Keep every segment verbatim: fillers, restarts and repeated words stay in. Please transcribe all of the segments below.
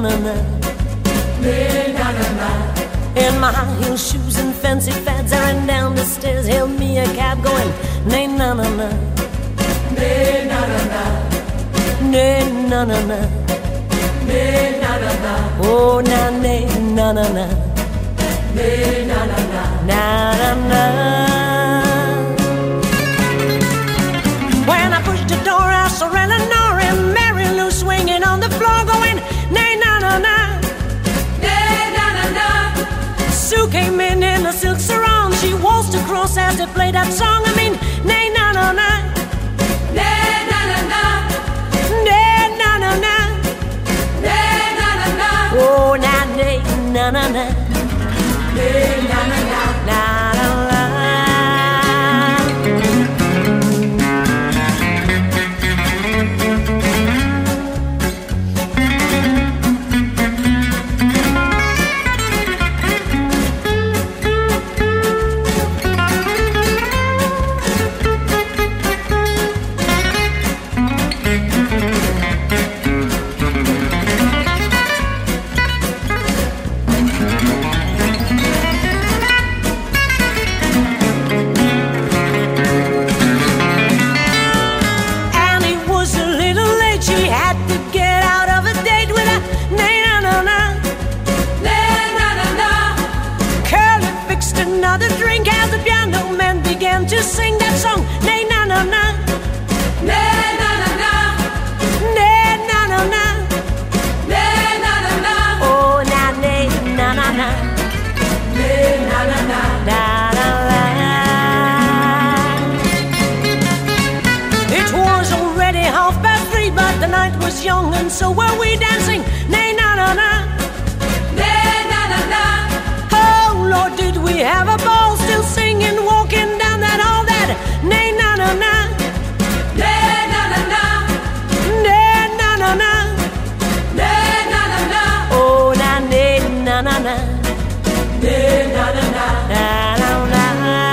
na-na-na. Na-na-na-na. In my high heel shoes and fancy fads, I ran down the stairs, hailed me a cab going, na-na-na-na. Na-na-na-na. Na-na-na-na. Na-na-na-na. Oh, na-na-na-na. Na-na-na-na. Na-na-na. When I pushed the door, I saw Eleanor and Mary Lou swinging on the floor, going, na-na-na-na. Na-na-na-na. Sue came in in a silk sarong. She waltzed across as they played that song. I mean, na-na-na-na. Na-na-na-na. Na-na-na-na. Na-na-na-na. Oh, na-na-na-na. Na-na-na-na. Na-na-na. To sing that song, nay na na na, nay na na na, nay na na na, nay na na na, oh na nay na na na, nay na na na, na na na. It was already half past three, but the night was young, and so were we dancing, nay na na na, nay na na na. Oh Lord, did we have a ball, still singing, walking down that hall, that nay na na na, nay na na na, nay na na na, nay na na na, oh na nay na na na, nay na na na, na na na.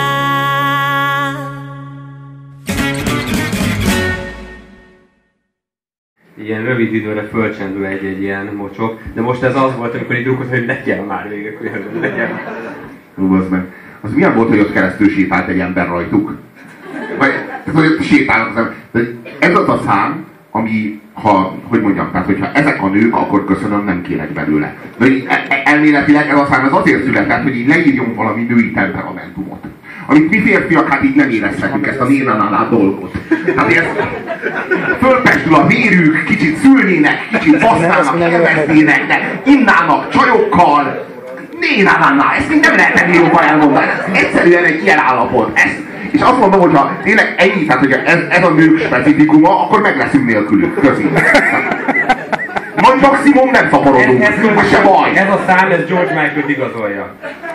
Ilyen rövid időre fölcsendül egy-egy ilyen mocsok, de most ez az volt, amikor időkot, hogy legyen már végig, hogy legyen. Rúgozd meg. Az milyen volt, hogy ott keresztül sétált egy ember rajtuk? Vagy, hogy ott sétálnak. Ez az a szám, ami, ha, hogy mondjam, tehát hogyha ezek a nők, akkor köszönöm, nem kérek belőle. De elméletileg ez a szám ez azért született, hogy így leírjon valami női temperamentumot. Amit mi férfiak hát így nem érezhetünk, ezt a nénanálát dolgot. Hát ez fölpestül a vérük, kicsit szülnének, kicsit basznának, elvesznének, de innának csajokkal. Nénanálá, ezt mind nem lehet ennél elmondani. Ez egyszerűen egy ilyen állapot. Ez, és azt mondom, hogyha tényleg ennyi, tehát hogy ez, ez a nők specifikuma, akkor meg leszünk nélkülük. Köszi. Majd maximum nem szaporodunk. Ez, ez, ez se baj. Ez a szám, ez George Michael-t igazolja.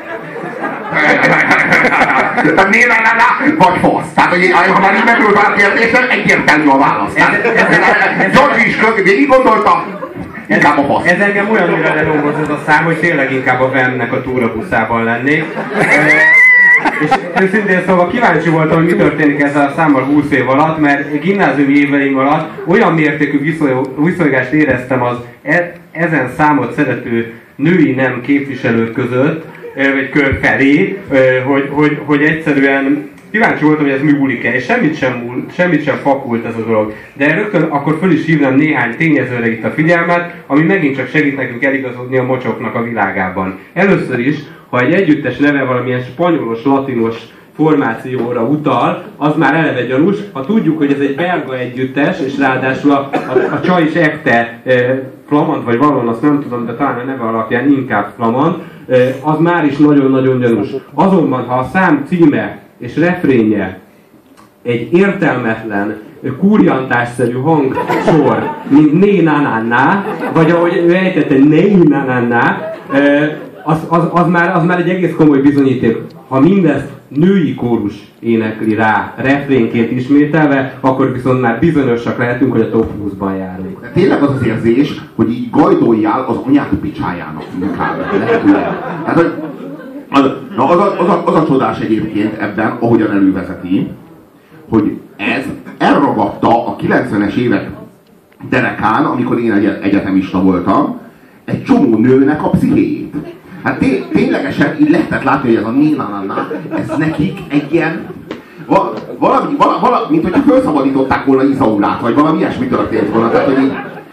Tehát nénanálá, vagy fasz. Tehát, hogy ha már így merül a kérdésem, egyértelmű a válasz. George is végig gondolta, inkább a fasz. Ez engem olyan újra lelógott ez a szám, hogy tényleg inkább a Vemnek a túrabuszában lennék. És őszintén szóval kíváncsi voltam, hogy mi történik ezzel a számmal húsz év alatt, mert gimnáziumi éveim alatt olyan mértékű viszonygást éreztem az e- ezen számot szerető női nem képviselők között, vagy kör felé, hogy, hogy, hogy egyszerűen kíváncsi voltam, hogy ez múlik-e, és semmit sem, múl, semmit sem fakult ez a dolog. De rögtön akkor föl is hívnám néhány tényezőre itt a figyelmet, ami megint csak segít nekünk eligazodni a mocsoknak a világában. Először is, ha egy együttes neve valamilyen spanyolos, latinos formációra utal, az már eleve gyanús. Ha tudjuk, hogy ez egy belga együttes, és ráadásul a, a, a csaj is ekte e, flamand, vagy valahol azt nem tudom, de talán a neve alapján inkább flamand, e, az már is nagyon-nagyon gyanús. Azonban, ha a szám címe és refrénje egy értelmetlen, kurjantásszerű hangsor, mint né-na-na-na, vagy ahogy ő ejtette, né-na-na-na, az, az, az, már, az már egy egész komoly bizonyíték. Ha mindezt női kórus énekli rá, refrénként ismételve, akkor viszont már bizonyosak lehetünk, hogy a top húszban járunk. De tényleg az az érzés, hogy így gajdoljál az anyát picsájának inkább. Hát, hogy az, na az, a, az, a, az a csodás egyébként ebben, ahogyan elővezeti, hogy ez elragadta a kilencvenes évek derekán, amikor én egy, egyetemista voltam, egy csomó nőnek a pszichéjét. Hát té- ténylegesen így lehetett látni, hogy ez a na-na-na, ez nekik egy ilyen, val- valami, vala, vala, mint hogyha felszabadították volna Izaurát, vagy valami ilyesmi történt volna. Tehát, hogy így,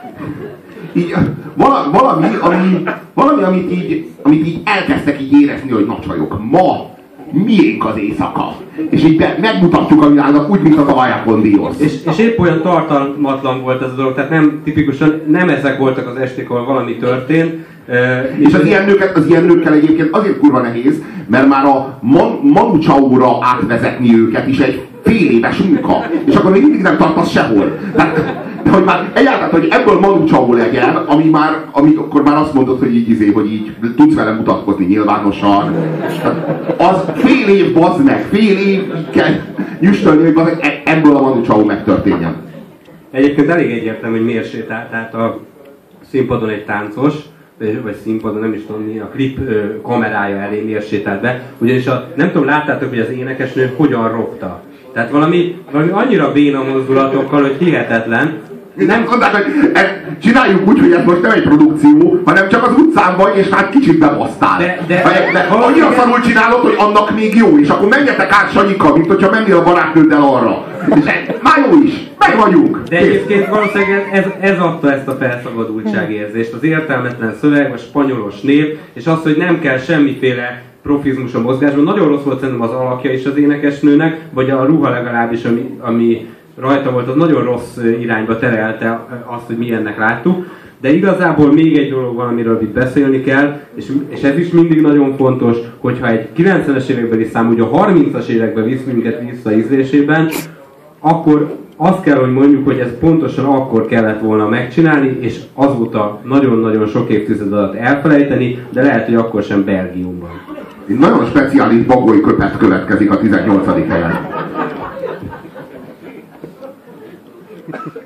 így vala, valami, ami, valami amit, így, amit így elkezdtek így érezni, hogy na csajok, ma miénk az éjszaka. És így be, megmutatjuk a világnak úgy, mint az Ajákon Dios. És, és épp olyan tartalmatlan volt ez a dolog, tehát nem tipikusan, nem ezek voltak az esték, ahol valami történt. Uh, és, és az, ilyen nőket, az ilyen nőkkel egyébként azért kurva nehéz, mert már a Man, Manu Chao-ra átvezetni őket is egy fél éves munka. És akkor még mindig nem tartasz sehol. Tehát, de hogy már egyáltalán, hogy ebből Manu Chao legyen, ami már, amikor már azt mondod, hogy így izé, hogy így tudsz vele mutatkozni nyilvánosan. Az fél év, bazd meg, fél év kell nyüstölni, hogy bazd meg, ebből a Manu Chao megtörténjen. Egyébként elég egyértelmű, hogy miért sétált át a színpadon egy táncos, vagy színpadon, nem is tudom mi, a klip ö, kamerája elé miért sétált be. Ugyanis a, nem tudom, láttátok, hogy az énekesnő hogyan ropta. Tehát valami, valami annyira béna mozdulatokkal, hogy hihetetlen. Nem mondták, hogy csináljuk úgy, hogy ez most nem egy produkció, hanem csak az utcán vagy, és hát kicsit bebasztál. De, de, de, de annyira szarul csinálod, hogy annak még jó, és akkor menjetek át Sanyika, mint hogyha mennél a barátnőddel arra. És már jó is, meg vagyunk. De egyébként valószínűleg ez, ez adta ezt a felszabadultságérzést, az értelmetlen szöveg, a spanyolos név, és az, hogy nem kell semmiféle profizmus a mozgásban. Nagyon rossz volt szerintem az alakja is az énekesnőnek, vagy a ruha legalábbis, ami, ami rajta volt, az nagyon rossz irányba terelte azt, hogy milyennek láttuk. De igazából még egy dolog van, amiről itt beszélni kell, és, és ez is mindig nagyon fontos, hogyha egy kilencvenes évekbeli szám, ugye a harmincas években visz minket vissza ízlésében, akkor azt kell, hogy mondjuk, hogy ez pontosan akkor kellett volna megcsinálni, és azóta nagyon-nagyon sok évtized alatt elfelejteni, de lehet, hogy akkor sem Belgiumban. Egy nagyon speciális bagoly köpet következik a tizennyolcadik helyen.